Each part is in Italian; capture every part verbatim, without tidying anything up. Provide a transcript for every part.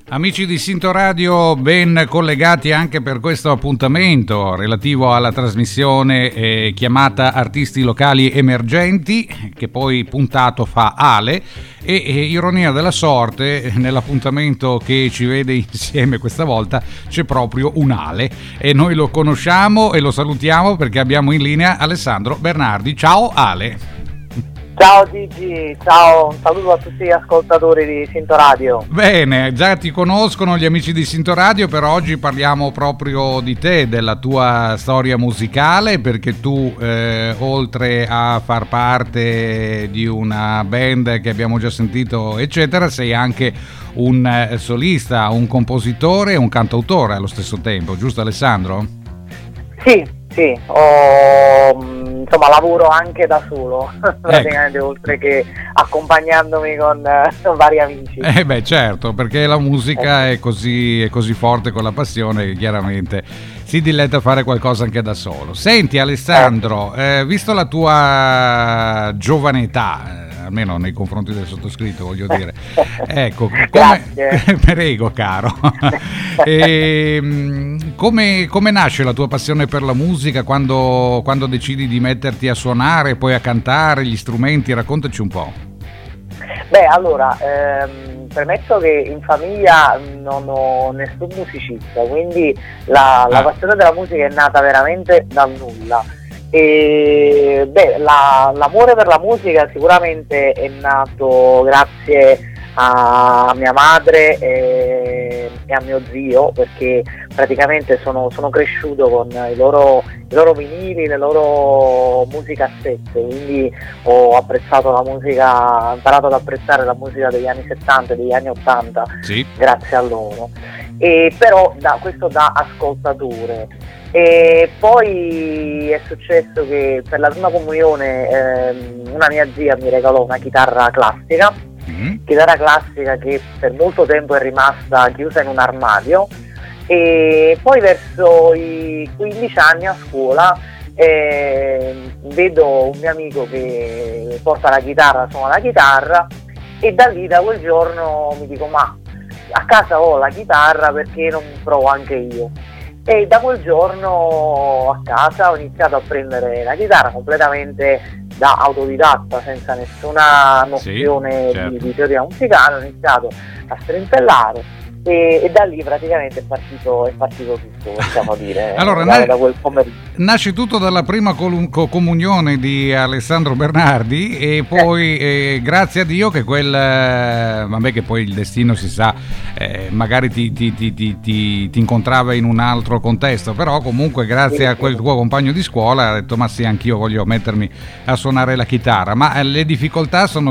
Amici di Sinto Radio, ben collegati anche per questo appuntamento relativo alla trasmissione eh, chiamata Artisti Locali Emergenti, che poi puntato fa Ale, e, e ironia della sorte, nell'appuntamento che ci vede insieme questa volta c'è proprio un Ale, e noi lo conosciamo e lo salutiamo perché abbiamo in linea Alessandro Bernardi. Ciao Ale! Ciao Gigi, ciao, un saluto a tutti gli ascoltatori di Sinto Radio. Bene, già ti conoscono gli amici di Sinto Radio, però oggi parliamo proprio di te, della tua storia musicale, perché tu eh, oltre a far parte di una band che abbiamo già sentito eccetera, sei anche un solista, un compositore e un cantautore allo stesso tempo, giusto Alessandro? Sì, sì, ho, insomma lavoro anche da solo, praticamente, ecco. Oltre che accompagnandomi con uh, vari amici. Eh beh certo, perché la musica eh. è, così, è così forte con la passione che chiaramente si diletta a fare qualcosa anche da solo. Senti Alessandro, eh. Eh, visto la tua giovane età, almeno nei confronti del sottoscritto voglio dire, ecco, come prego caro, e, come, come nasce la tua passione per la musica, quando, quando decidi di metterti a suonare, poi a cantare gli strumenti, raccontaci un po'. Beh, allora, ehm, premetto che in famiglia non ho nessun musicista, quindi la, ah. la passione della musica è nata veramente dal nulla. E beh, la, l'amore per la musica sicuramente è nato grazie a mia madre e, e a mio zio, perché praticamente sono, sono cresciuto con i loro, i loro vinili, le loro musicassette, quindi ho apprezzato la musica, ho imparato ad apprezzare la musica degli anni settanta e degli anni ottanta, sì. Grazie a loro, e però da, questo da ascoltatore. E poi è successo che per la prima comunione ehm, una mia zia mi regalò una chitarra classica, mm-hmm. chitarra classica che per molto tempo è rimasta chiusa in un armadio, e poi verso i quindici anni a scuola eh, vedo un mio amico che porta la chitarra, suona la chitarra, e da lì, da quel giorno, mi dico: ma a casa ho la chitarra, perché non provo anche io? E da quel giorno a casa ho iniziato a prendere la chitarra completamente da autodidatta, senza nessuna nozione, sì, certo. di, di teoria musicale. Ho iniziato a strimpellare e, e da lì praticamente è partito, è partito tutto, possiamo dire. Allora, da, na- da quel pomeriggio. Nasce tutto dalla prima col- comunione di Alessandro Bernardi, e poi eh. Eh, grazie a Dio che quel eh, vabbè, che poi il destino si sa, eh, magari ti, ti, ti, ti, ti, ti incontrava in un altro contesto, però comunque grazie sì, a quel tuo compagno di scuola ha detto: ma sì, anch'io voglio mettermi a suonare la chitarra. Ma eh, le difficoltà sono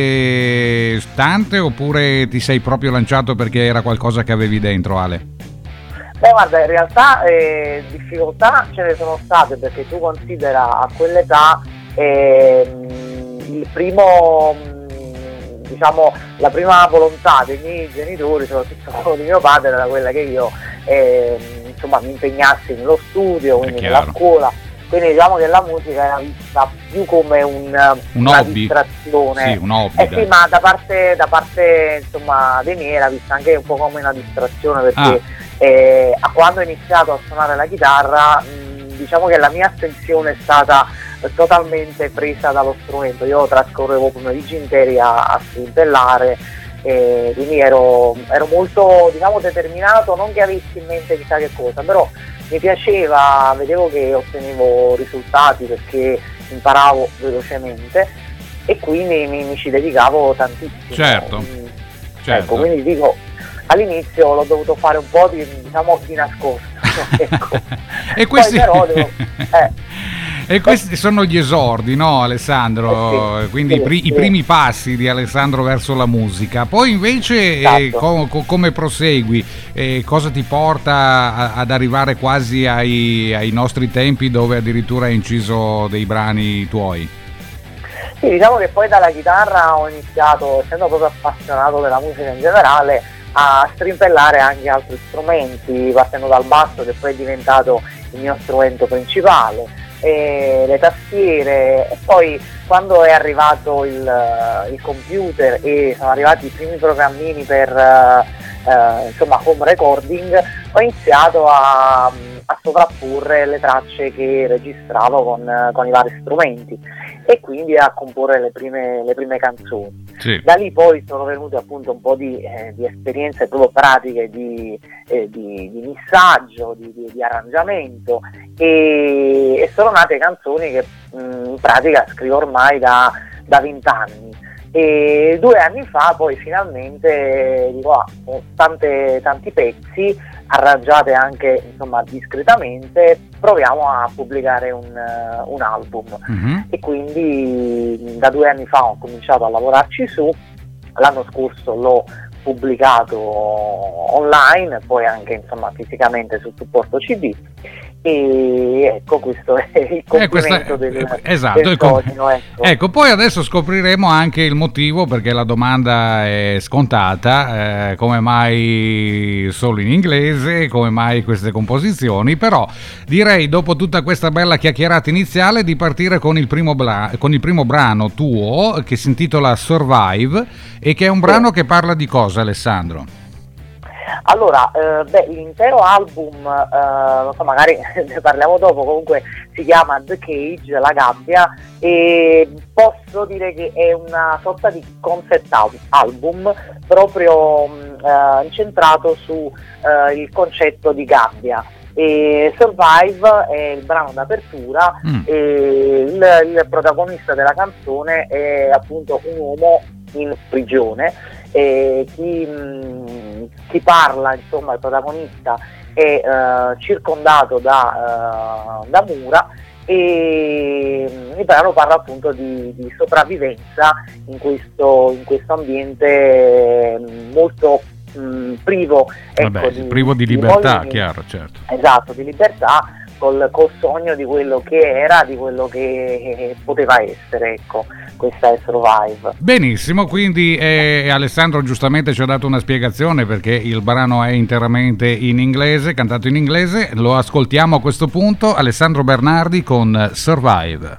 state tante, oppure ti sei proprio lanciato perché era qualcosa che avevi dentro, Ale? Beh, guarda, in realtà eh, difficoltà ce ne sono state, perché tu considera a quell'età eh, il primo, diciamo, la prima volontà dei miei genitori, soprattutto di mio padre, era quella che io eh, insomma mi impegnassi nello studio, quindi nella scuola. Quindi diciamo che la musica era vista più come un, un una hobby. distrazione. Sì, un hobby. Eh sì, ma da parte, da parte insomma dei miei era vista anche un po' come una distrazione, perché ah. eh, quando ho iniziato a suonare la chitarra, mh, diciamo che la mia attenzione è stata totalmente presa dallo strumento. Io trascorrevo pomeriggi interi a, a strimpellare, eh, quindi ero, ero molto, diciamo, determinato, non che avessi in mente chissà che cosa, però mi piaceva, vedevo che ottenevo risultati perché imparavo velocemente, e quindi mi, mi ci dedicavo tantissimo. Certo, quindi, certo. Ecco, quindi dico, all'inizio l'ho dovuto fare un po' di, diciamo, di nascosto. Ecco. E questi... Poi però devo... Eh. E questi sono gli esordi, no Alessandro? Eh sì, quindi sì, i, pri- sì. i primi passi di Alessandro verso la musica. Poi invece esatto. eh, co- co- come prosegui? Eh, cosa ti porta a- ad arrivare quasi ai-, ai nostri tempi, dove addirittura hai inciso dei brani tuoi? Sì, diciamo che poi dalla chitarra ho iniziato, essendo proprio appassionato della musica in generale, a strimpellare anche altri strumenti, partendo dal basso, che poi è diventato il mio strumento principale, e le tastiere. E poi quando è arrivato il, il computer e sono arrivati i primi programmini per eh, insomma home recording, ho iniziato a, a sovrapporre le tracce che registravo con, con i vari strumenti e quindi a comporre le prime, le prime canzoni. Sì. Da lì poi sono venute appunto un po' di, eh, di esperienze proprio pratiche di, eh, di, di missaggio, di, di, di arrangiamento e, e sono nate canzoni che mh, in pratica scrivo ormai da vent'anni. E due anni fa poi finalmente dico ah, ho tante, tanti pezzi arrangiate anche insomma discretamente, proviamo a pubblicare un, uh, un album. Mm-hmm. E quindi da due anni fa ho cominciato a lavorarci su, l'anno scorso l'ho pubblicato online, poi anche insomma fisicamente sul supporto C D. E ecco, questo è il compimento eh, del, esatto, del sogno, ecco. Ecco, poi adesso scopriremo anche il motivo, perché la domanda è scontata, eh, come mai solo in inglese, come mai queste composizioni, però direi dopo tutta questa bella chiacchierata iniziale di partire con il primo, bla- con il primo brano tuo che si intitola Survive e che è un brano sì. che parla di cosa, Alessandro? Allora, eh, beh, l'intero album, eh, non so, magari ne parliamo dopo, comunque si chiama The Cage, la gabbia, e posso dire che è una sorta di concept album proprio eh, incentrato su eh, il concetto di gabbia. E Survive è il brano d'apertura mm. e il, il protagonista della canzone è appunto un uomo in prigione e chi, mh, chi parla, insomma il protagonista è uh, circondato da, uh, da mura e il brano parla appunto di, di sopravvivenza in questo, in questo ambiente molto mh, privo, ecco, Vabbè, di, privo di libertà, di, chiaro, certo. Esatto, di libertà, col, col sogno di quello che era, di quello che poteva essere, ecco. Questa è Survive. Benissimo, quindi eh, Alessandro giustamente ci ha dato una spiegazione perché il brano è interamente in inglese, cantato in inglese. Lo ascoltiamo a questo punto, Alessandro Bernardi con Survive.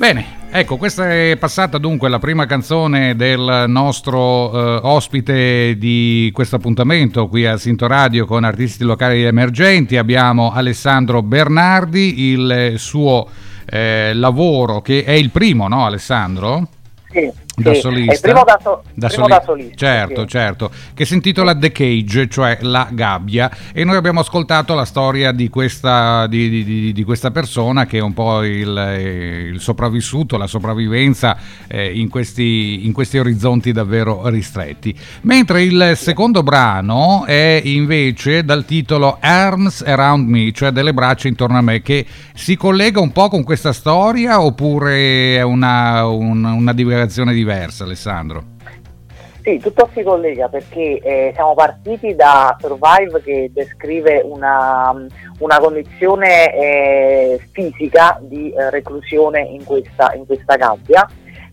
Bene. Ecco, questa è passata dunque la prima canzone del nostro eh, ospite di questo appuntamento qui a Sinto Radio con artisti locali emergenti. Abbiamo Alessandro Bernardi, il suo eh, lavoro che è il primo, no Alessandro? Sì. Da sì, solista, è il primo da, so- da, primo soli- da solista, certo, sì. certo, che si intitola The Cage, cioè la gabbia, e noi abbiamo ascoltato la storia di questa, di, di, di, di questa persona che è un po' il, il sopravvissuto, la sopravvivenza eh, in, questi, in questi orizzonti davvero ristretti. Mentre il secondo brano è invece dal titolo Arms Around Me, cioè delle braccia intorno a me, che si collega un po' con questa storia oppure è una, una, una divagazione diversa, Alessandro? Sì, tutto si collega perché eh, siamo partiti da Survive, che descrive una, una condizione eh, fisica di eh, reclusione in questa, in questa gabbia.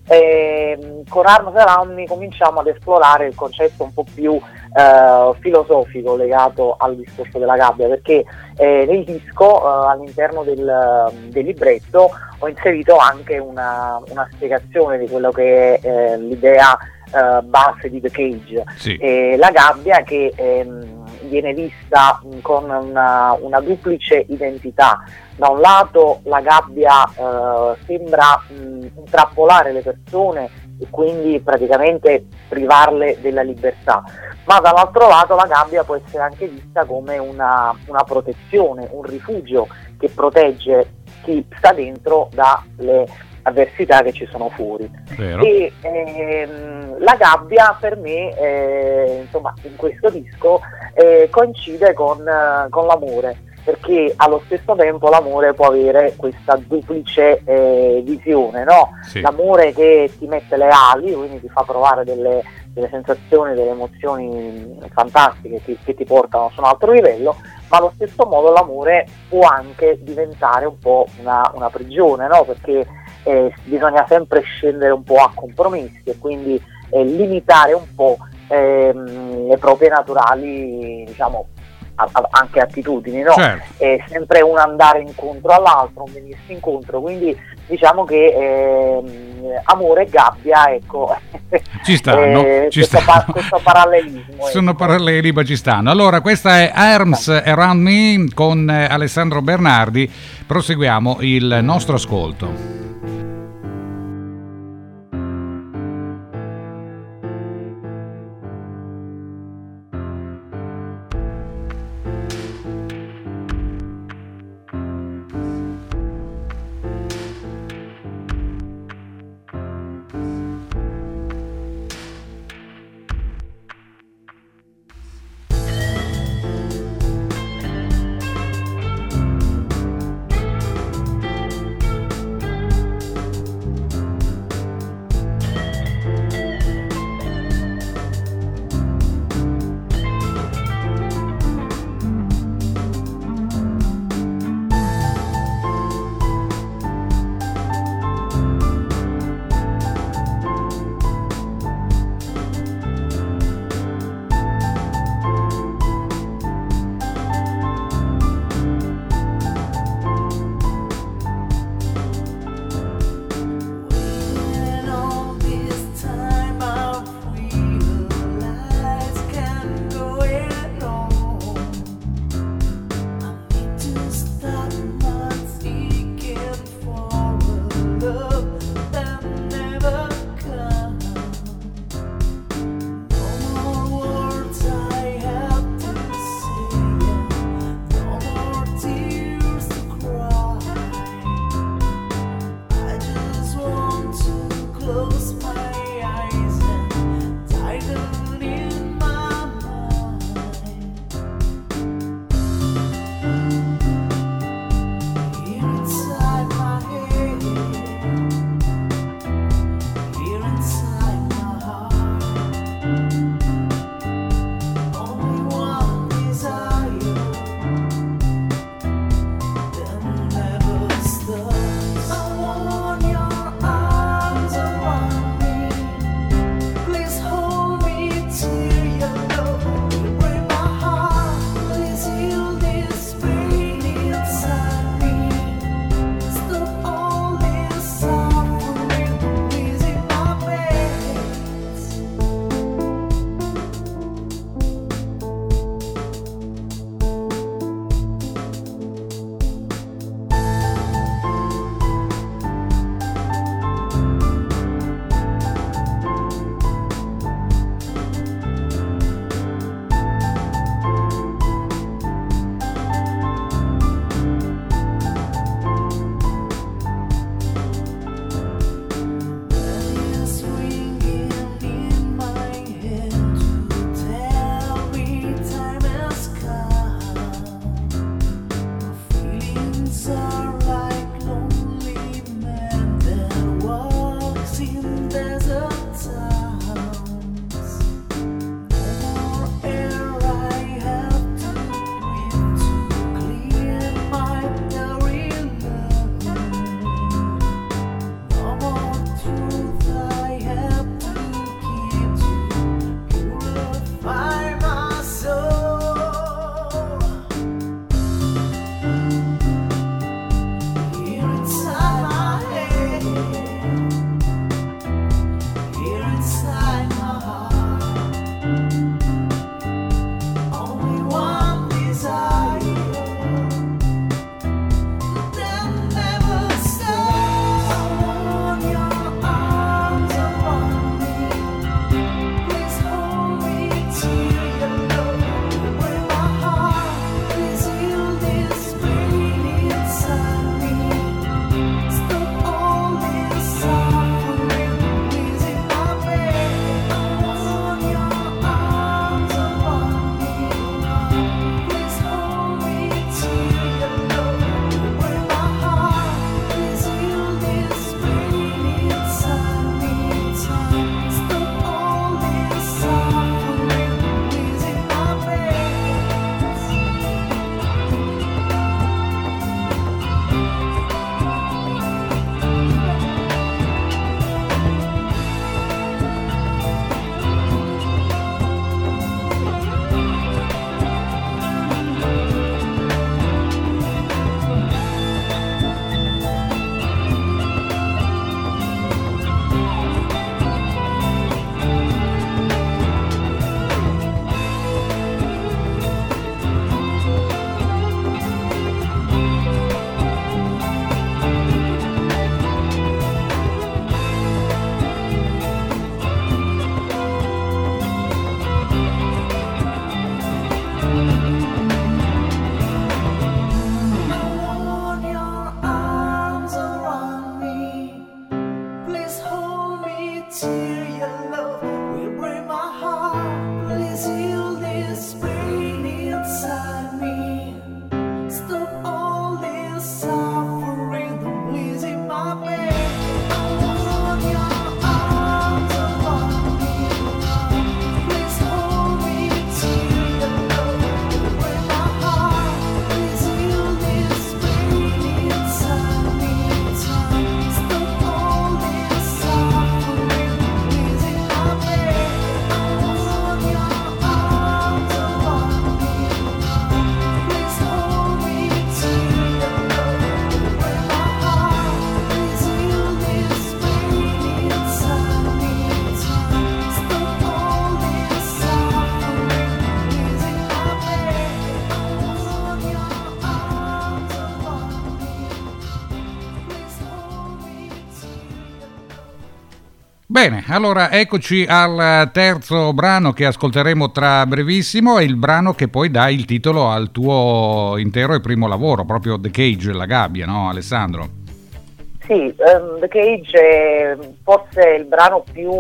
Eh, con Arms Around Me cominciamo ad esplorare il concetto un po' più eh, filosofico legato al discorso della gabbia, perché eh, nel disco eh, all'interno del, del libretto ho inserito anche una, una spiegazione di quello che è eh, l'idea eh, base di The Cage, sì. eh, la gabbia che ehm, viene vista mh, con una, una duplice identità. Da un lato la gabbia eh, sembra mh, intrappolare le persone e quindi praticamente privarle della libertà, ma dall'altro lato la gabbia può essere anche vista come una, una protezione, un rifugio che protegge chi sta dentro dalle avversità che ci sono fuori. Vero. E ehm, la gabbia per me eh, insomma in questo disco eh, coincide con, eh, con l'amore, perché allo stesso tempo l'amore può avere questa duplice eh, visione, no? Sì. L'amore che ti mette le ali, quindi ti fa provare delle, delle sensazioni, delle emozioni fantastiche che ti, che ti portano su un altro livello, ma allo stesso modo l'amore può anche diventare un po' una, una prigione, no? Perché eh, bisogna sempre scendere un po' a compromessi e quindi eh, limitare un po' ehm, le proprie naturali, diciamo, anche attitudini, no? Certo. È sempre un andare incontro all'altro, un venirsi incontro, quindi diciamo che eh, amore e gabbia, ecco, ci stanno, eh, ci questo, stanno. Pa- questo parallelismo. Sono ecco. paralleli, ma ci stanno. Allora, questa è Arms Around Me con Alessandro Bernardi. Proseguiamo il nostro ascolto. Bene, allora eccoci al terzo brano che ascolteremo tra brevissimo, è il brano che poi dà il titolo al tuo intero e primo lavoro, proprio The Cage, La Gabbia, no Alessandro? Sì, um, The Cage è forse il brano più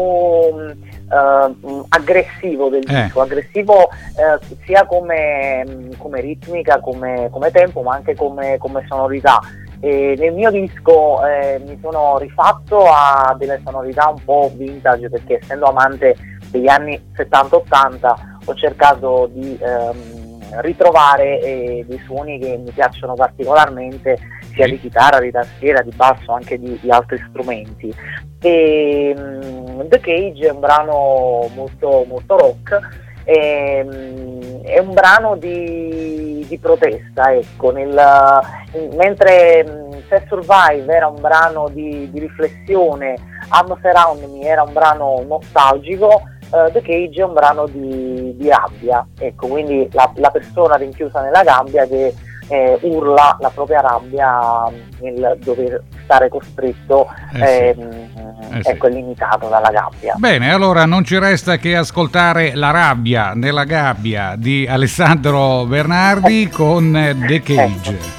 uh, aggressivo del disco, eh. aggressivo uh, sia come, come ritmica, come, come tempo, ma anche come, come sonorità. E nel mio disco eh, mi sono rifatto a delle sonorità un po' vintage, perché essendo amante degli anni settanta ottanta ho cercato di ehm, ritrovare eh, dei suoni che mi piacciono particolarmente, sia di chitarra, di tastiera, di basso, anche di, di altri strumenti. E, um, The Cage è un brano molto, molto rock, e, um, è un brano di, di protesta, ecco, nel, in, mentre um, Se Survive era un brano di, di riflessione, Arms Around Me era un brano nostalgico, uh, The Cage è un brano di, di rabbia, ecco, quindi la, la persona rinchiusa nella gabbia che eh, urla la propria rabbia nel dover stare costretto, eh sì. ehm, eh ecco, sì. limitato dalla gabbia. Bene, allora non ci resta che ascoltare La rabbia nella gabbia di Alessandro Bernardi con The Cage. Ecco.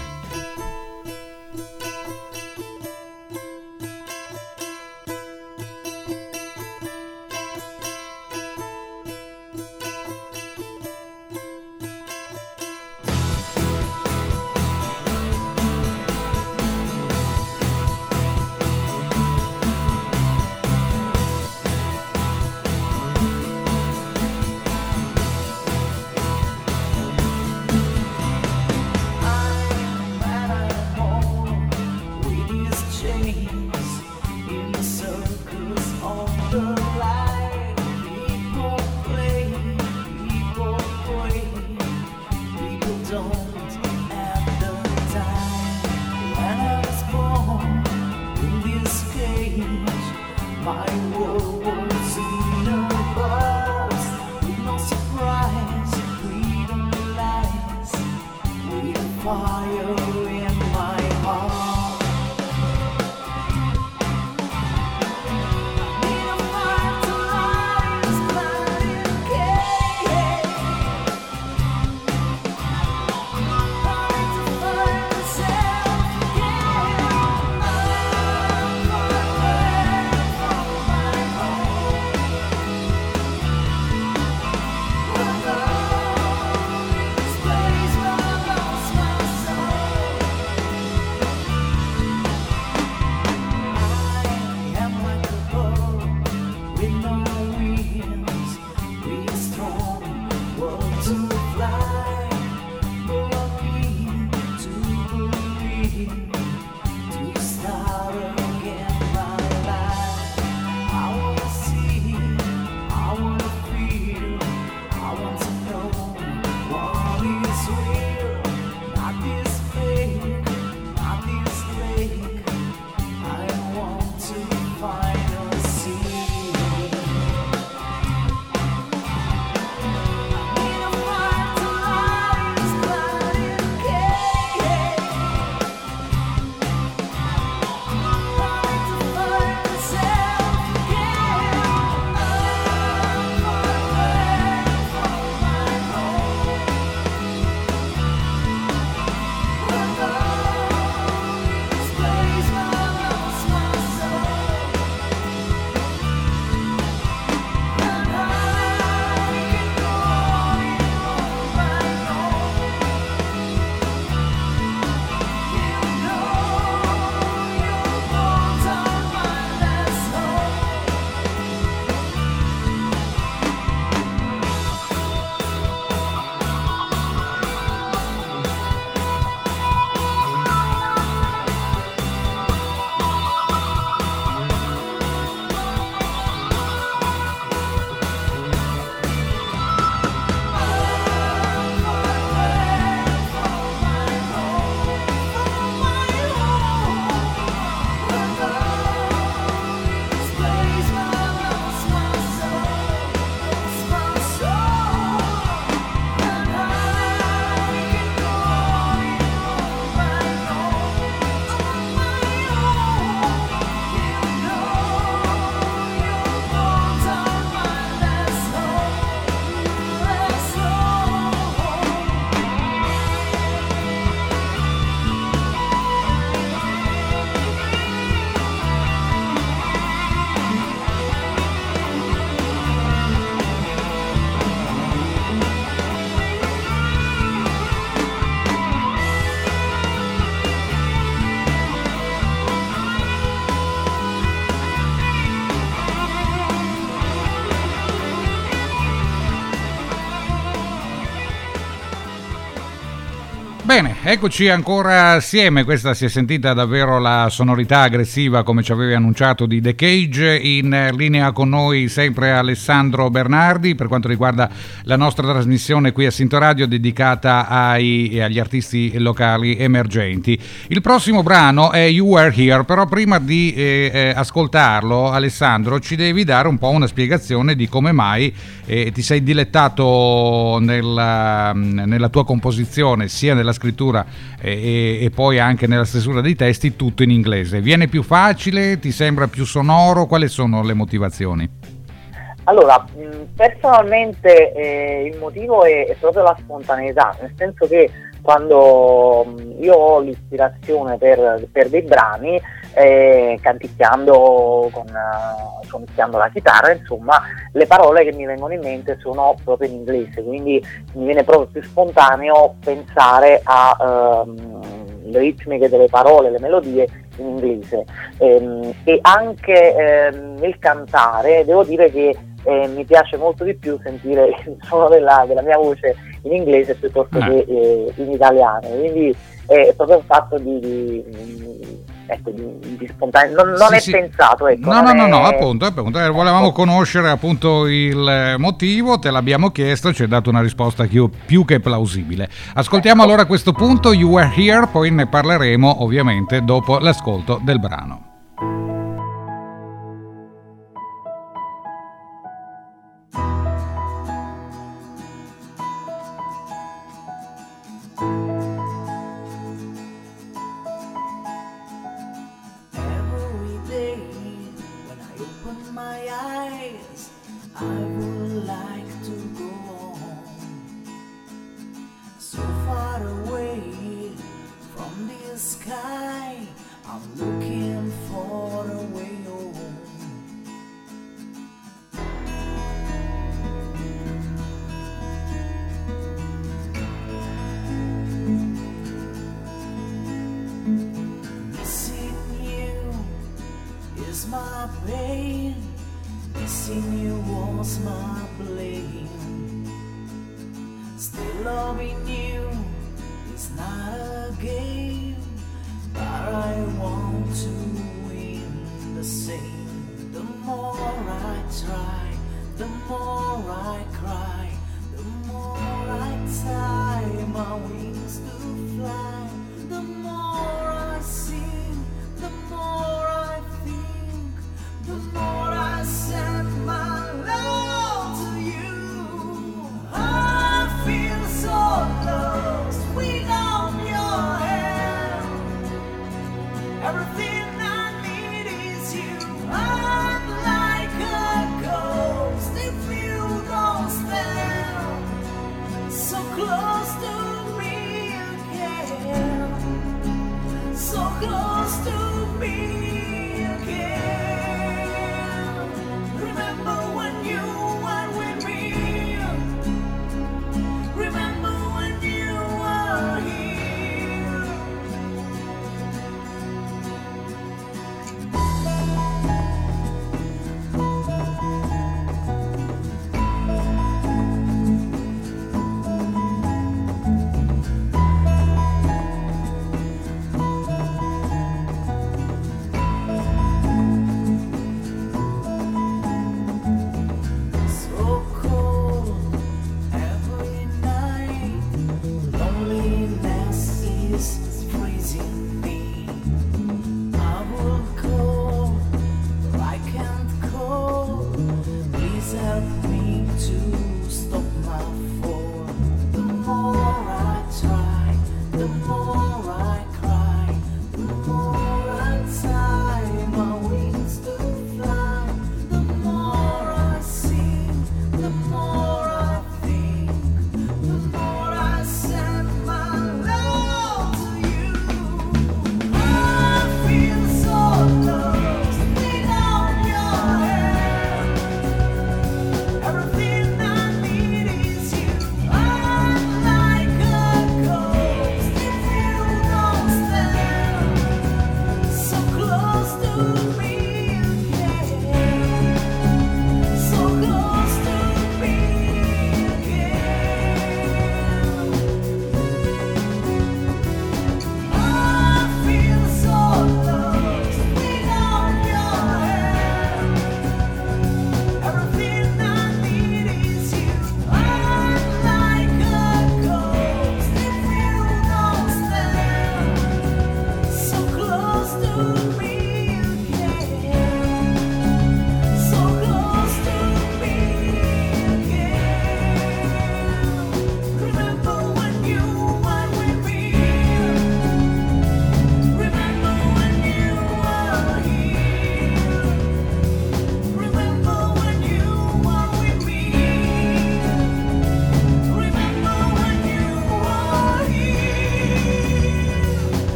Bene, eccoci ancora assieme. Questa si è sentita davvero la sonorità aggressiva, come ci avevi annunciato, di The Cage. In linea con noi sempre Alessandro Bernardi per quanto riguarda la nostra trasmissione qui a Sinto Radio dedicata ai, agli artisti locali emergenti. Il prossimo brano è You Were Here, però prima di eh, eh, ascoltarlo, Alessandro, ci devi dare un po' una spiegazione di come mai eh, ti sei dilettato nella, nella tua composizione, sia nella scrittura e, e poi anche nella stesura dei testi, tutto in inglese. Viene più facile? Ti sembra più sonoro? Quali sono le motivazioni? Allora, personalmente eh, il motivo è, è proprio la spontaneità, nel senso che quando io ho l'ispirazione per, per dei brani, eh, canticchiando, con, uh, suonando la chitarra, insomma, le parole che mi vengono in mente sono proprio in inglese, quindi mi viene proprio più spontaneo pensare a um, le ritmiche delle parole, le melodie in inglese. Ehm, e anche ehm, nel cantare devo dire che eh, mi piace molto di più sentire il suono della, della mia voce in inglese piuttosto ah. che eh, in italiano, quindi è proprio un fatto di, di, di ecco di, di spontaneo, non, non sì, è sì. pensato, ecco, no no no, è... no appunto, appunto eh, volevamo ecco. conoscere appunto il motivo, te l'abbiamo chiesto, ci hai dato una risposta più, più che plausibile. Ascoltiamo ecco. allora a questo punto You Were Here, poi ne parleremo ovviamente dopo l'ascolto del brano.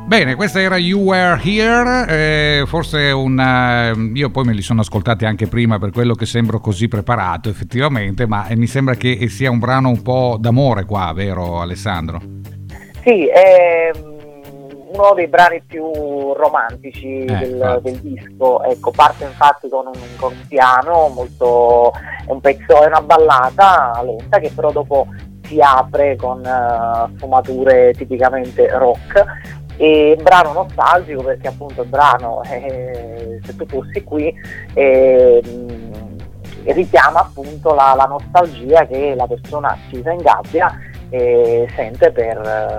Bene, questa era You Were Here, eh, forse un... Uh, io poi me li sono ascoltati anche prima, per quello che sembro così preparato effettivamente, ma mi sembra che sia un brano un po' d'amore qua, vero Alessandro? Sì, è uno dei brani più romantici eh, del, del disco, ecco, parte infatti con un, con un piano molto... è un pezzo, è una ballata lenta che però dopo si apre con uh, sfumature tipicamente rock. E un brano nostalgico perché appunto il brano eh, Se tu fossi qui eh, richiama appunto la, la nostalgia che la persona chiusa in gabbia eh, sente per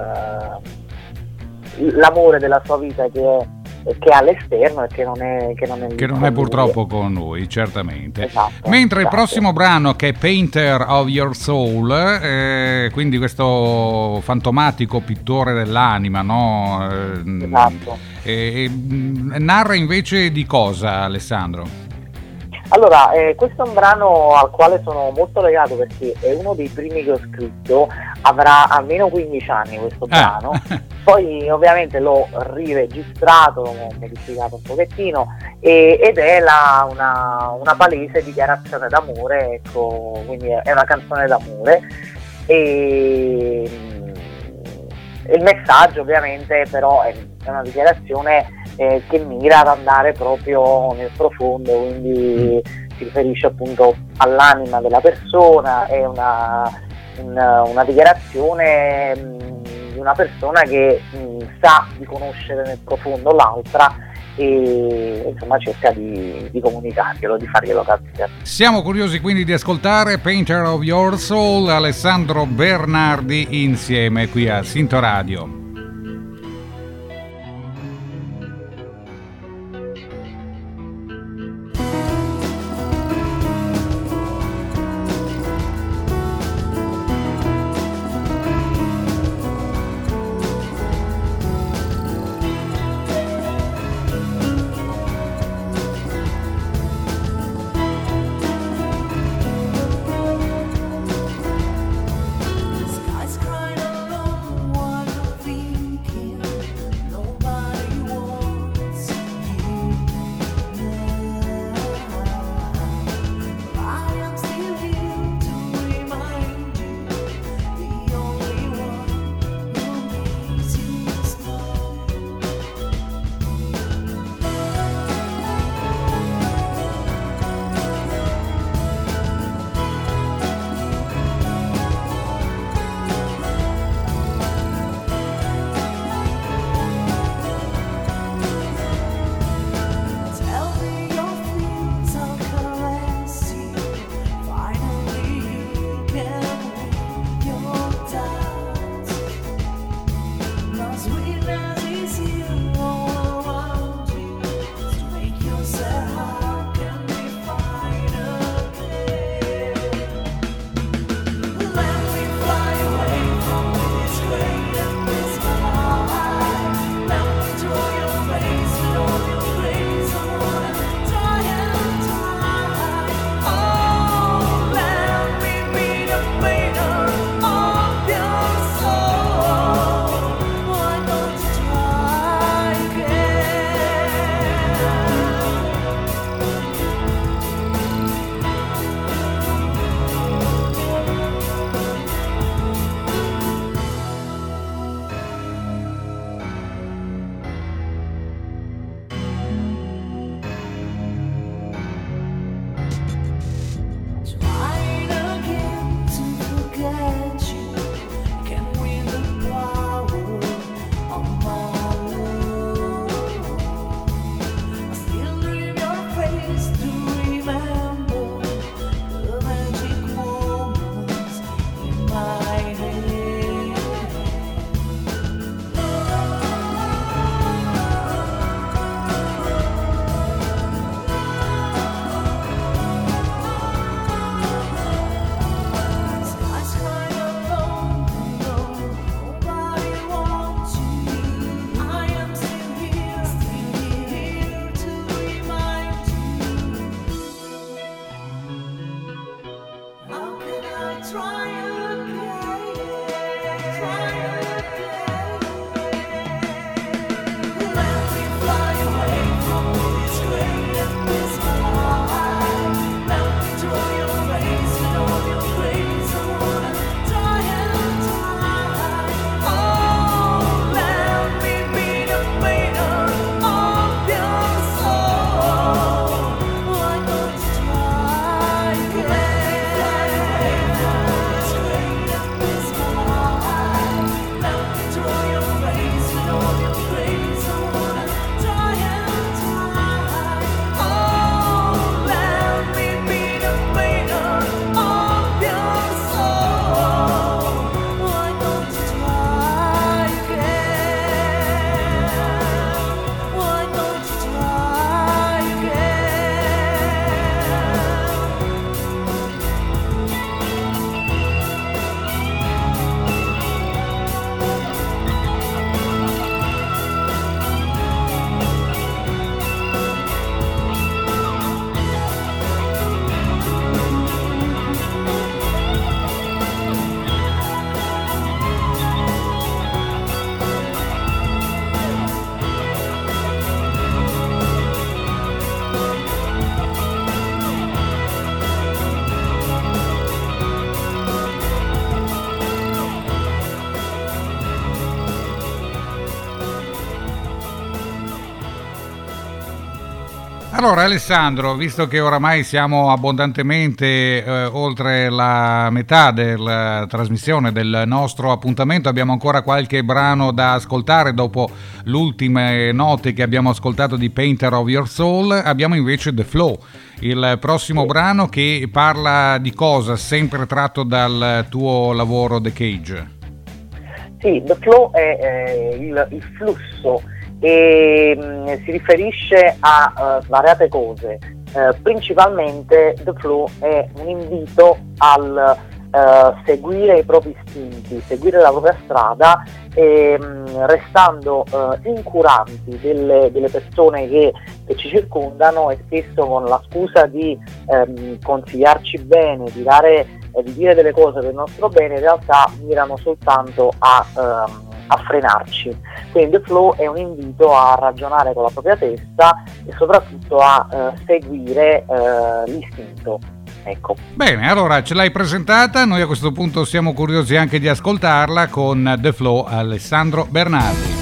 eh, l'amore della sua vita che è che è all'esterno e che non è che non è, che non è purtroppo con noi, certamente. Esatto, mentre esatto. Il prossimo brano, che è Painter of Your Soul, eh, quindi questo fantomatico pittore dell'anima, no? Esatto. Eh, eh, narra invece di cosa, Alessandro? Allora, eh, questo è un brano al quale sono molto legato perché è uno dei primi che ho scritto, avrà almeno quindici anni questo brano, ah. Poi ovviamente l'ho riregistrato, l'ho modificato un pochettino e, ed è la, una, una palese dichiarazione d'amore, ecco, quindi è una canzone d'amore e, e il messaggio ovviamente però è, è una dichiarazione Eh, che mira ad andare proprio nel profondo, quindi si riferisce appunto all'anima della persona, è una, una, una dichiarazione mh, di una persona che mh, sa di conoscere nel profondo l'altra e insomma cerca di, di comunicarglielo, di farglielo capire. Siamo curiosi quindi di ascoltare Painter of Your Soul, Alessandro Bernardi insieme qui a Sinto Radio. Sky's crying alone, one of the Allora Alessandro, visto che oramai siamo abbondantemente eh, oltre la metà della trasmissione del nostro appuntamento, abbiamo ancora qualche brano da ascoltare dopo le ultime note che abbiamo ascoltato di Painter of Your Soul. Abbiamo invece The Flow, il prossimo sì. brano che parla di cosa, sempre tratto dal tuo lavoro The Cage. Sì, The Flow è eh, il, il flusso e mh, si riferisce a uh, svariate cose, uh, principalmente The Flow è un invito al uh, seguire i propri istinti, seguire la propria strada e mh, restando uh, incuranti delle, delle persone che, che ci circondano e spesso con la scusa di um, consigliarci bene, di dare, eh, di dire delle cose per il nostro bene, in realtà mirano soltanto a um, a frenarci. Quindi The Flow è un invito a ragionare con la propria testa e soprattutto a eh, seguire eh, l'istinto. Ecco. Bene, allora ce l'hai presentata, noi a questo punto siamo curiosi anche di ascoltarla con The Flow, Alessandro Bernardi.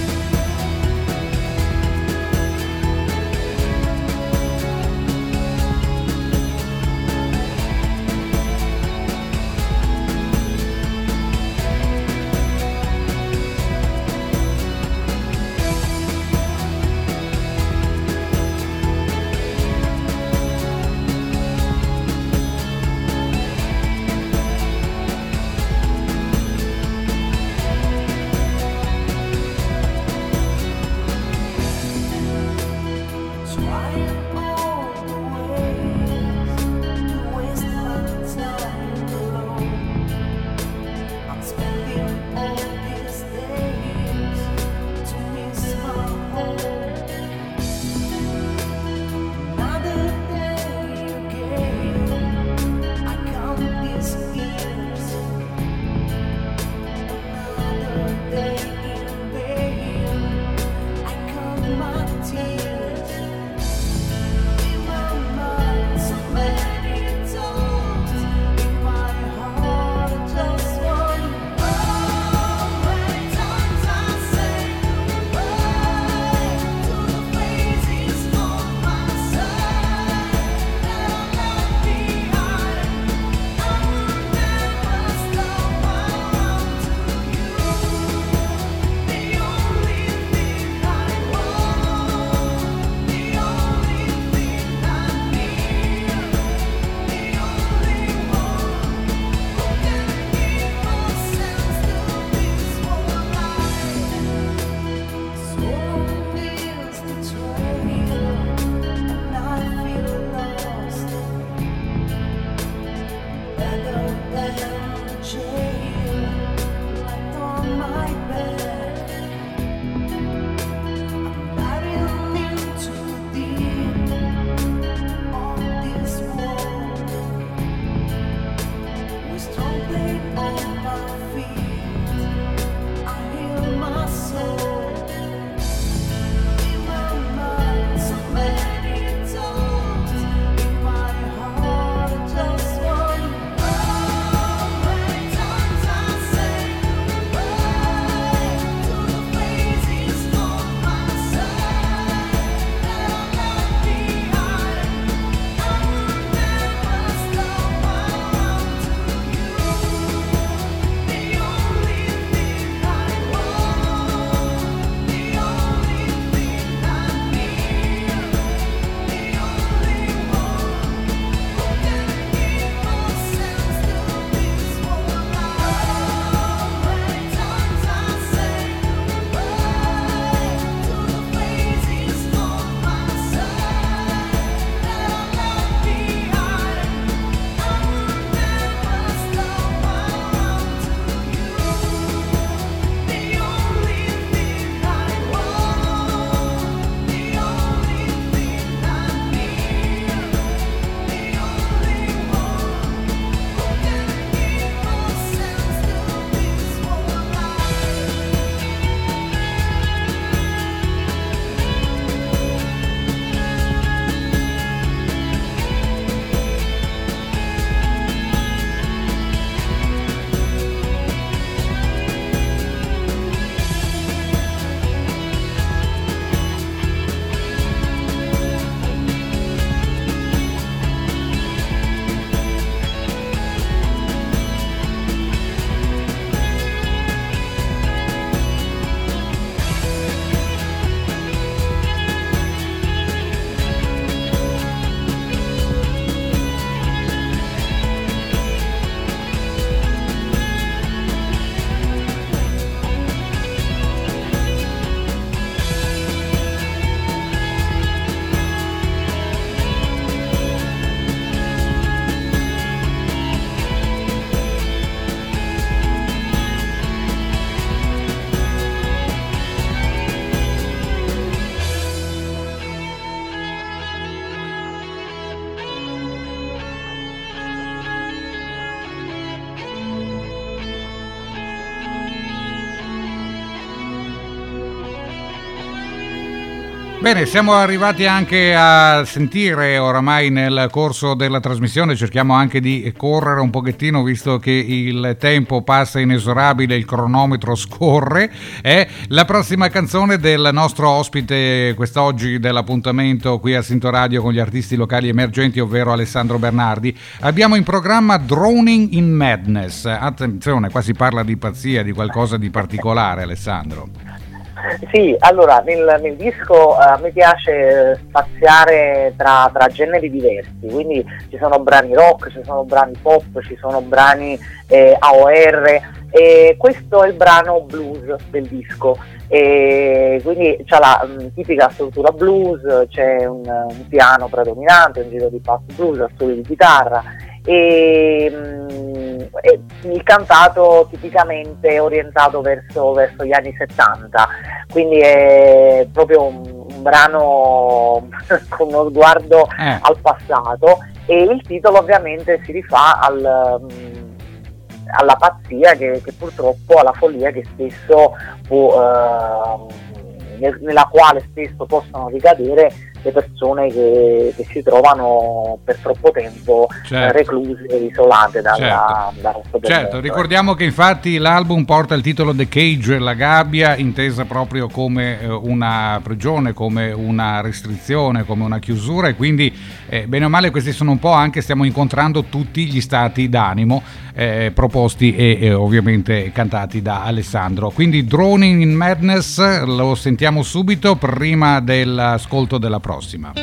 Bene, siamo arrivati anche a sentire oramai nel corso della trasmissione, cerchiamo anche di correre un pochettino visto che il tempo passa inesorabile, il cronometro scorre, è la prossima canzone del nostro ospite quest'oggi dell'appuntamento qui a Sinto Radio con gli artisti locali emergenti, ovvero Alessandro Bernardi. Abbiamo in programma Drowning in Madness. Attenzione, qua si parla di pazzia, di qualcosa di particolare, Alessandro. Sì, allora nel, nel disco eh, a me piace spaziare tra, tra generi diversi, quindi ci sono brani rock, ci sono brani pop, ci sono brani eh, A O R, e questo è il brano blues del disco, e quindi c'è la mh, tipica struttura blues, c'è un, un piano predominante, un giro di bass blues, assoli di chitarra, e, mh, e il cantato tipicamente orientato verso, verso gli anni settanta, quindi è proprio un, un brano con uno sguardo eh. al passato, e il titolo ovviamente si rifà al, mh, alla pazzia che, che purtroppo, alla follia che spesso può, eh, nella quale spesso possono ricadere le persone che, che si trovano per troppo tempo certo. eh, recluse e isolate dalla, certo. dal resto del certo. mondo. Ricordiamo che infatti l'album porta il titolo The Cage, la gabbia, intesa proprio come eh, una prigione, come una restrizione, come una chiusura, e quindi eh, bene o male questi sono un po' anche, stiamo incontrando tutti gli stati d'animo eh, proposti e eh, ovviamente cantati da Alessandro. Quindi Drowning in Madness lo sentiamo subito prima dell'ascolto della prossima.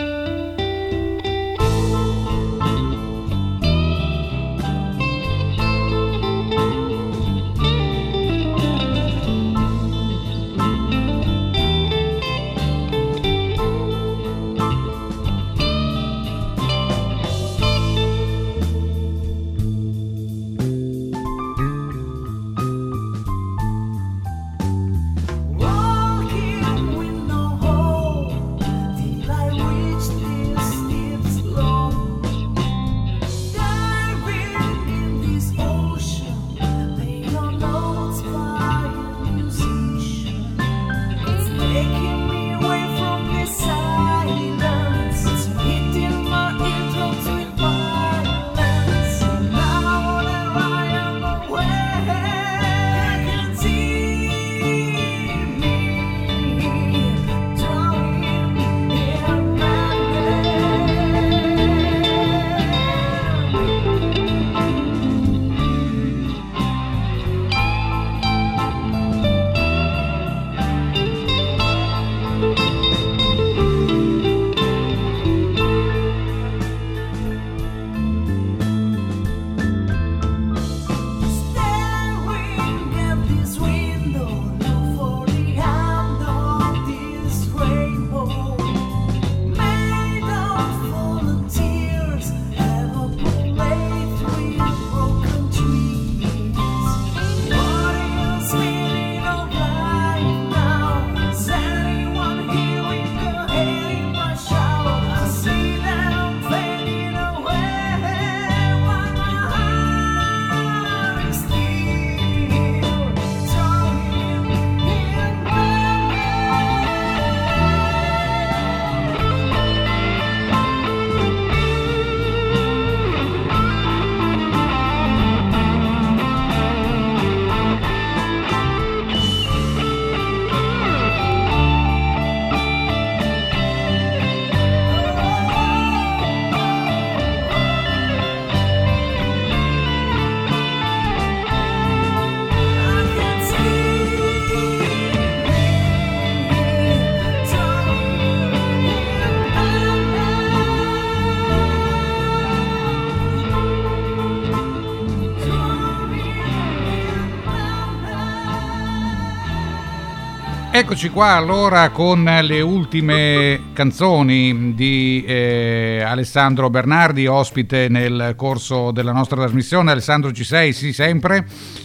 Eccoci qua allora con le ultime canzoni di eh, Alessandro Bernardi, ospite nel corso della nostra trasmissione. Alessandro, ci sei? Sì, sempre?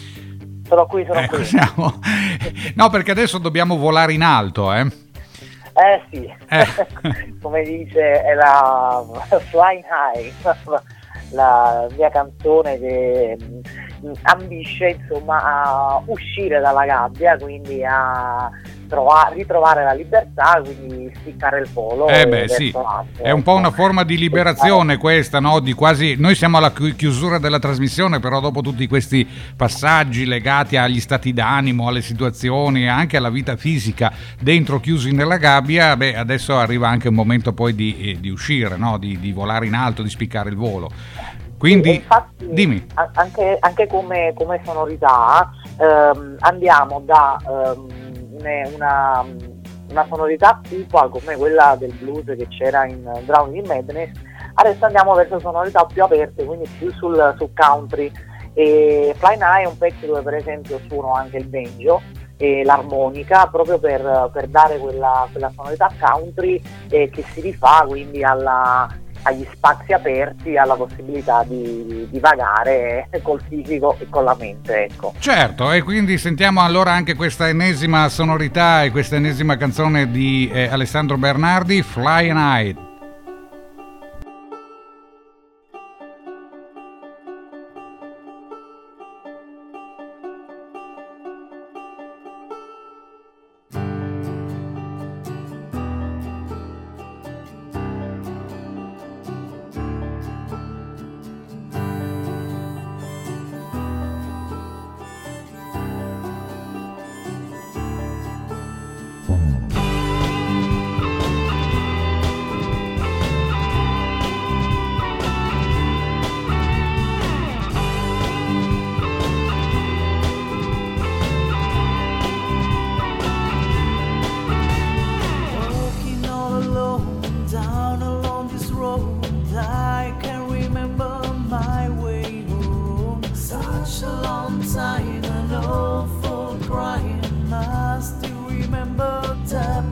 Sono qui, sono ecco, qui. Siamo... No, perché adesso dobbiamo volare in alto, eh? Eh sì, eh. Come dice, è la Flying High, la mia canzone che ambisce insomma a uscire dalla gabbia, quindi a trova- ritrovare la libertà, quindi spiccare il volo. Eh beh sì, è un po' una forma di liberazione questa, no? Di quasi, noi siamo alla chiusura della trasmissione, però dopo tutti questi passaggi legati agli stati d'animo, alle situazioni, anche alla vita fisica dentro chiusi nella gabbia, beh adesso arriva anche un momento poi di, eh, di uscire, no? Di, di volare in alto, di spiccare il volo. Quindi, sì, infatti, dimmi. Anche, anche come, come sonorità ehm, andiamo da ehm, una, una sonorità cupa come quella del blues che c'era in Drowning in Madness, adesso andiamo verso sonorità più aperte, quindi più sul, sul country. E Fly High è un pezzo dove per esempio suono anche il banjo e l'armonica, proprio per, per dare quella, quella sonorità country eh, che si rifà quindi alla, agli spazi aperti, alla possibilità di, di vagare col fisico e con la mente, ecco. Certo, e quindi sentiamo allora anche questa ennesima sonorità e questa ennesima canzone di eh, Alessandro Bernardi, Fly High. Time, an awful crying, I still remember that.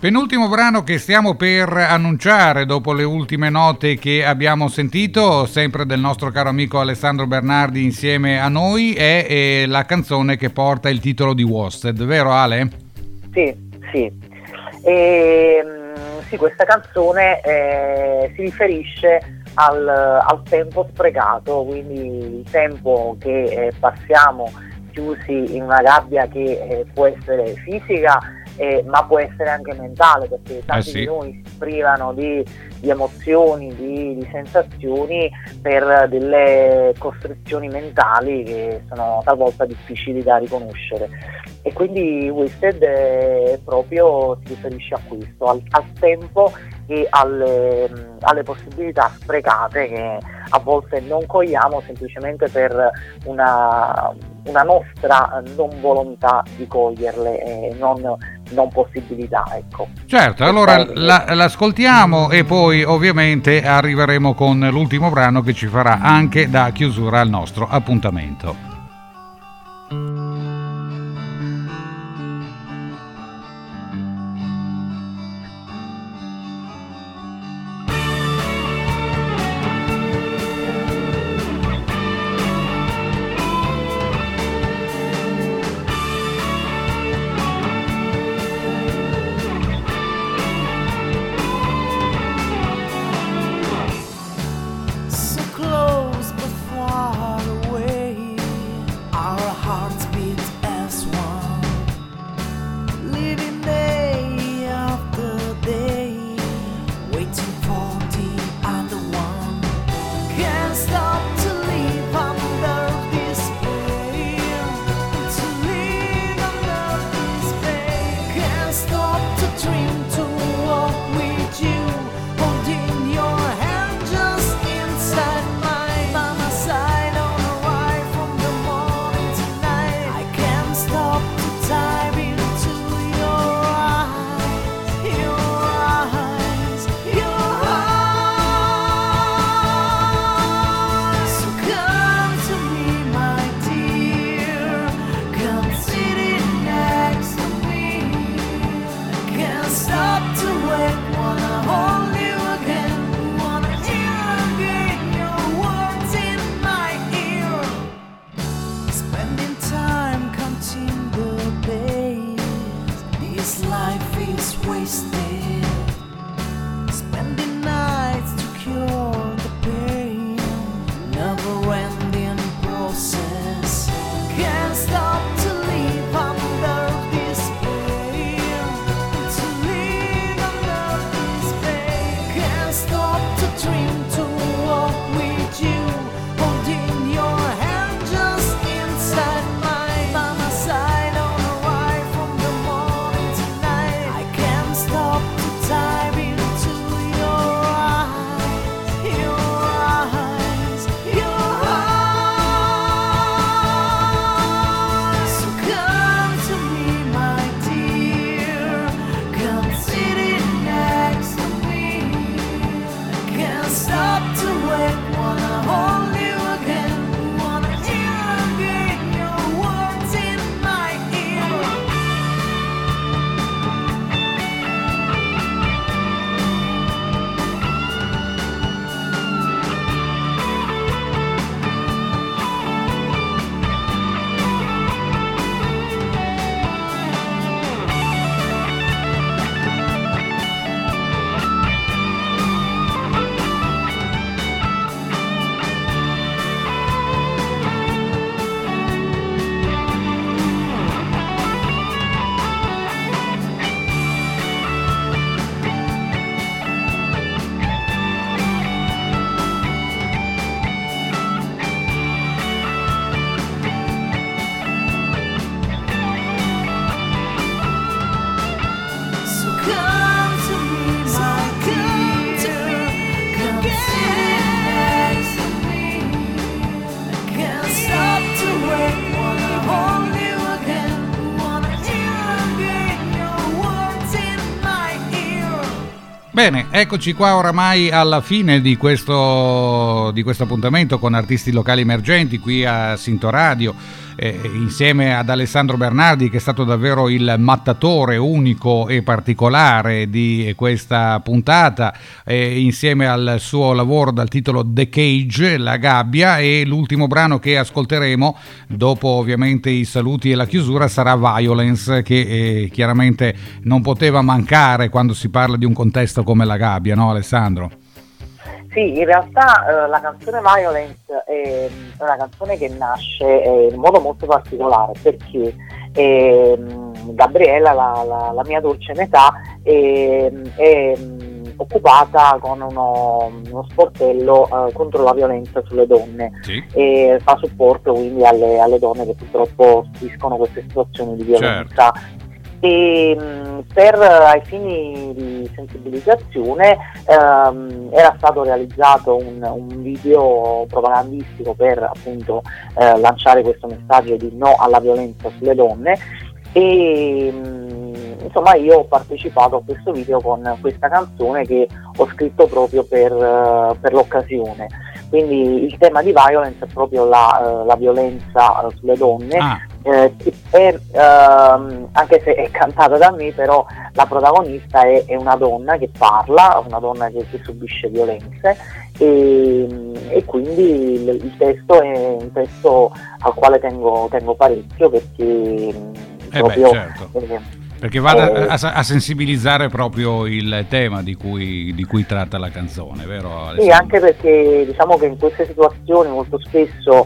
Penultimo brano che stiamo per annunciare dopo le ultime note che abbiamo sentito, sempre del nostro caro amico Alessandro Bernardi insieme a noi, è, è la canzone che porta il titolo di Worsted, vero Ale? Sì, sì. E, sì, questa canzone eh, si riferisce al, al tempo sprecato, quindi il tempo che eh, passiamo chiusi in una gabbia che eh, può essere fisica, Eh, ma può essere anche mentale, perché tanti eh sì. di noi si privano di, di emozioni, di, di sensazioni per delle costrizioni mentali che sono talvolta difficili da riconoscere, e quindi Wasted è proprio si riferisce a questo, al, al tempo e alle, alle possibilità sprecate che a volte non cogliamo semplicemente per una, una nostra non volontà di coglierle e non, non possibilità, ecco. Certo, allora la, l'ascoltiamo e poi ovviamente arriveremo con l'ultimo brano che ci farà anche da chiusura al nostro appuntamento. Bene, eccoci qua oramai alla fine di questo, di questo appuntamento con artisti locali emergenti qui a Sinto Radio, eh, insieme ad Alessandro Bernardi, che è stato davvero il mattatore unico e particolare di questa puntata, eh, insieme al suo lavoro dal titolo The Cage, La gabbia, e l'ultimo brano che ascolteremo, dopo ovviamente i saluti e la chiusura, sarà Violence, che eh, chiaramente non poteva mancare quando si parla di un contesto come La gabbia, no Alessandro? Sì, in realtà eh, la canzone Violence è una canzone che nasce eh, in modo molto particolare, perché eh, Gabriella, la, la, la mia dolce metà, è, è occupata con uno, uno sportello eh, contro la violenza sulle donne, sì. E fa supporto quindi alle, alle donne che purtroppo subiscono queste situazioni di violenza. Certo. E per ai fini di sensibilizzazione ehm, era stato realizzato un, un video propagandistico per appunto eh, lanciare questo messaggio di no alla violenza sulle donne, e insomma io ho partecipato a questo video con questa canzone che ho scritto proprio per, uh, per l'occasione. Quindi il tema di Violence è proprio la, uh, la violenza uh, sulle donne. Ah. Eh, e, uh, anche se è cantata da me, però la protagonista è, è una donna che parla, una donna che, che subisce violenze, e, e quindi il, il testo è un testo al quale tengo, tengo parecchio, perché eh proprio beh, certo. eh, perché vada eh, a, a sensibilizzare proprio il tema di cui, di cui tratta la canzone, vero Alessandro? Sì, anche perché diciamo che in queste situazioni molto spesso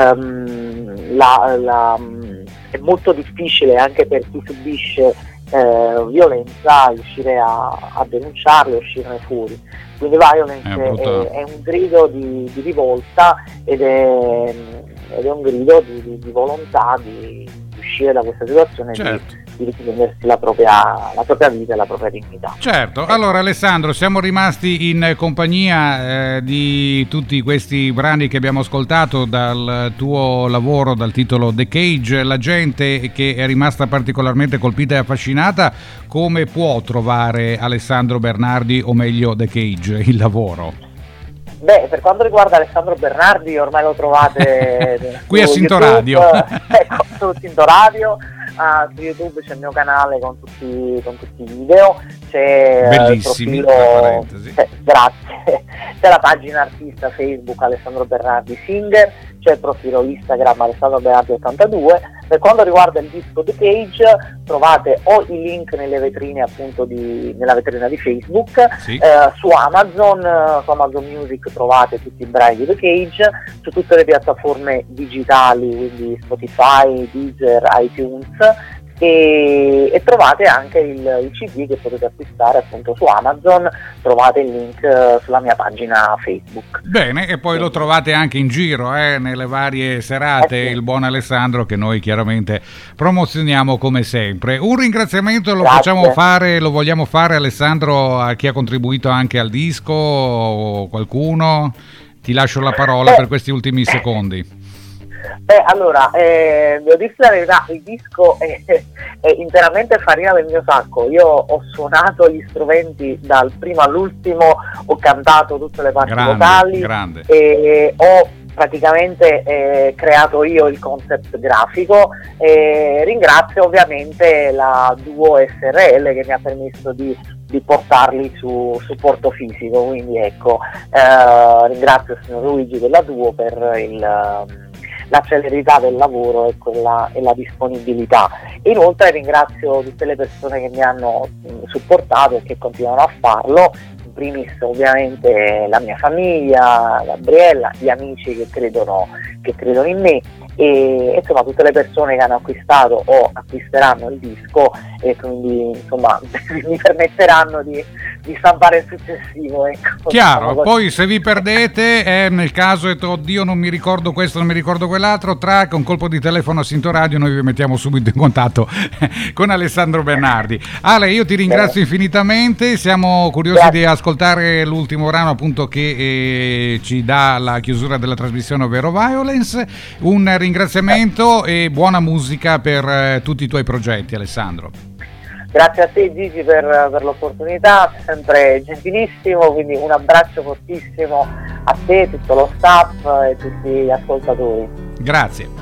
um, la, la, è molto difficile anche per chi subisce eh, violenza riuscire a, a denunciarle, uscirne fuori. Quindi Violence è, è, è un grido di, di rivolta ed è, ed è un grido di, di, di volontà di uscire da questa situazione. Certo. Di, di riprendersi la propria, la propria vita e la propria dignità. Certo, allora Alessandro, siamo rimasti in compagnia eh, di tutti questi brani che abbiamo ascoltato dal tuo lavoro dal titolo The Cage. La gente che è rimasta particolarmente colpita e affascinata, come può trovare Alessandro Bernardi, o meglio The Cage, il lavoro? Beh, per quanto riguarda Alessandro Bernardi, ormai lo trovate qui a Sinto Radio. Ecco, su Sinto Radio. Uh, su YouTube c'è il mio canale con tutti, con tutti i video, c'è bellissimi, il profilo, c'è, grazie, c'è la pagina artista Facebook Alessandro Bernardi Singer, c'è il profilo Instagram Alessandro Bernardi ottantadue. Per quanto riguarda il disco The Cage, trovate o i link nelle vetrine appunto di, nella vetrina di Facebook, sì. eh, su Amazon, su Amazon Music trovate tutti i brani di The Cage, su tutte le piattaforme digitali, quindi Spotify, Deezer, iTunes, e, e trovate anche il, il C D che potete acquistare appunto su Amazon, trovate il link uh, sulla mia pagina Facebook. Bene, e poi sì. Lo trovate anche in giro eh, nelle varie serate, eh sì. Il buon Alessandro, che noi chiaramente promozioniamo come sempre. Un ringraziamento lo Grazie. facciamo fare, lo vogliamo fare Alessandro, a chi ha contribuito anche al disco, o qualcuno? Ti lascio la parola eh. per questi ultimi secondi. Beh, allora, eh, devo dirti la verità, il disco è, è interamente farina del mio sacco. Io ho suonato gli strumenti dal primo all'ultimo, ho cantato tutte le parti grande, vocali grande. E ho praticamente eh, creato io il concept grafico, e ringrazio ovviamente la Duo S R L che mi ha permesso di, di portarli su supporto fisico, quindi ecco, eh, ringrazio il signor Luigi della Duo per il la celerità del lavoro e, quella, e la disponibilità. Inoltre ringrazio tutte le persone che mi hanno mh, supportato e che continuano a farlo, in primis ovviamente la mia famiglia, Gabriella, gli amici che credono, che credono in me, e insomma tutte le persone che hanno acquistato o acquisteranno il disco e quindi insomma mi permetteranno di, di stampare il successivo, ecco. Chiaro, poi se vi perdete eh, nel caso e oddio non mi ricordo questo, non mi ricordo quell'altro, track, un colpo di telefono a Sinto Radio, noi vi mettiamo subito in contatto con Alessandro Bernardi. Ale, io ti ringrazio eh. infinitamente, siamo curiosi Grazie. di ascoltare l'ultimo brano appunto che eh, ci dà la chiusura della trasmissione, ovvero Violence. Un ringraziamento e buona musica per eh, tutti i tuoi progetti, Alessandro. Grazie a te Gigi per, per l'opportunità, sempre gentilissimo, quindi un abbraccio fortissimo a te, tutto lo staff e tutti gli ascoltatori. Grazie.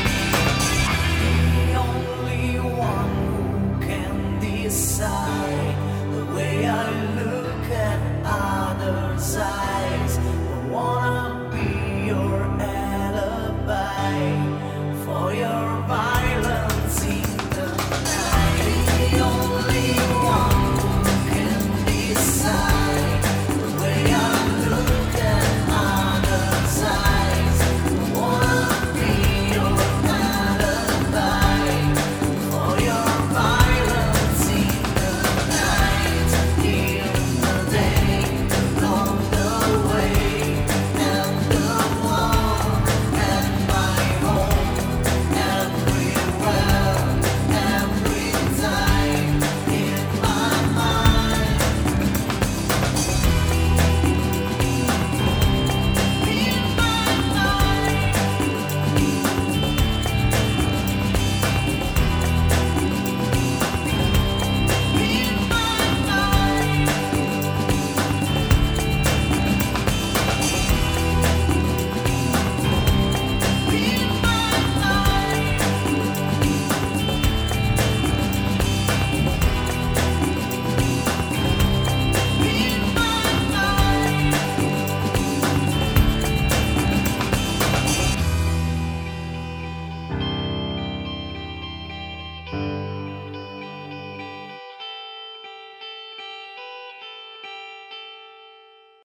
Side.